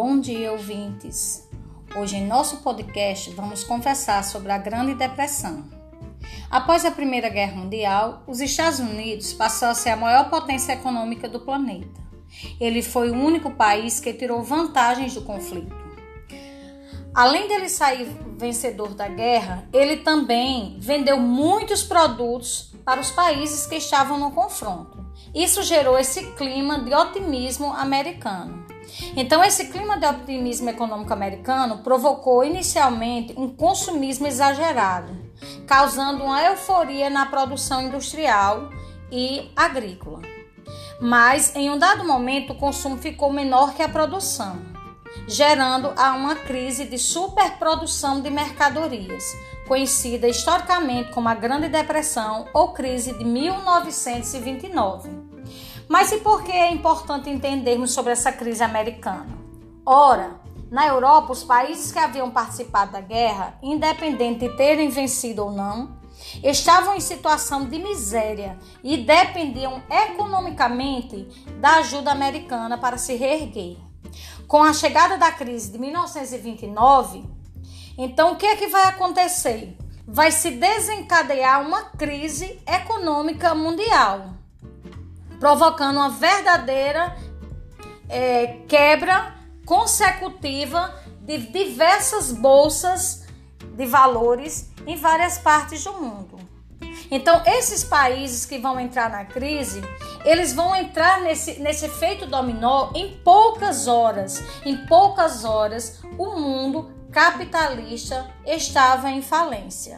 Bom dia, ouvintes! Hoje em nosso podcast vamos conversar sobre a Grande Depressão. Após a Primeira Guerra Mundial, os Estados Unidos passou a ser a maior potência econômica do planeta. Ele foi o único país que tirou vantagens do conflito. Além dele sair vencedor da guerra, ele também vendeu muitos produtos para os países que estavam no confronto. Isso gerou esse clima de otimismo americano. Então, esse clima de otimismo econômico americano provocou inicialmente um consumismo exagerado, causando uma euforia na produção industrial e agrícola. Mas, em um dado momento, o consumo ficou menor que a produção, gerando uma crise de superprodução de mercadorias, conhecida historicamente como a Grande Depressão ou crise de 1929. Mas e por que é importante entendermos sobre essa crise americana? Ora, na Europa, os países que haviam participado da guerra, independente de terem vencido ou não, estavam em situação de miséria e dependiam economicamente da ajuda americana para se reerguer. Com a chegada da crise de 1929, então o que é que vai acontecer? Vai se desencadear uma crise econômica mundial, provocando uma verdadeira quebra consecutiva de diversas bolsas de valores em várias partes do mundo. Então, esses países que vão entrar na crise, eles vão entrar nesse efeito dominó em poucas horas. Em poucas horas, o mundo capitalista estava em falência.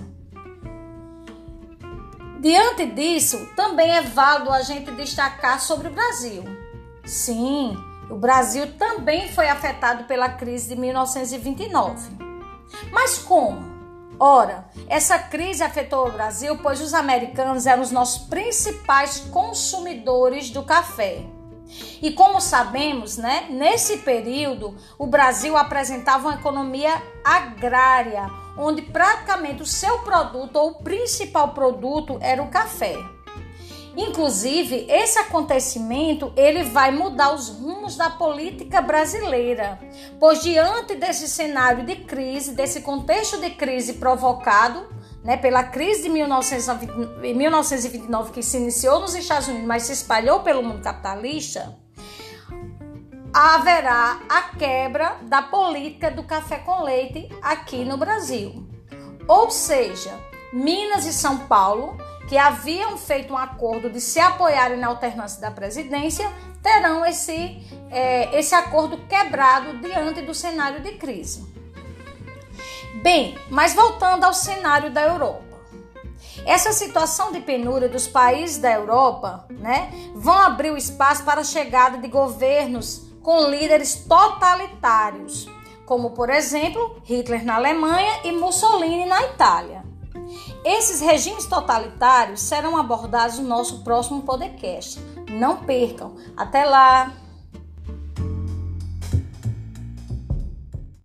Diante disso, também é válido a gente destacar sobre o Brasil. Sim, o Brasil também foi afetado pela crise de 1929. Mas como? Ora, essa crise afetou o Brasil, pois os americanos eram os nossos principais consumidores do café. E como sabemos, nesse período, o Brasil apresentava uma economia agrária, onde praticamente o seu produto ou o principal produto era o café. Inclusive, esse acontecimento ele vai mudar os rumos da política brasileira, pois diante desse cenário de crise, desse contexto de crise provocado pela crise de 1929 que se iniciou nos Estados Unidos, mas se espalhou pelo mundo capitalista, haverá a quebra da política do café com leite aqui no Brasil. Ou seja, Minas e São Paulo, que haviam feito um acordo de se apoiarem na alternância da presidência, terão esse acordo quebrado diante do cenário de crise. Bem, mas voltando ao cenário da Europa. Essa situação de penúria dos países da Europa, vão abrir o espaço para a chegada de governos com líderes totalitários, como, por exemplo, Hitler na Alemanha e Mussolini na Itália. Esses regimes totalitários serão abordados no nosso próximo podcast. Não percam. Até lá!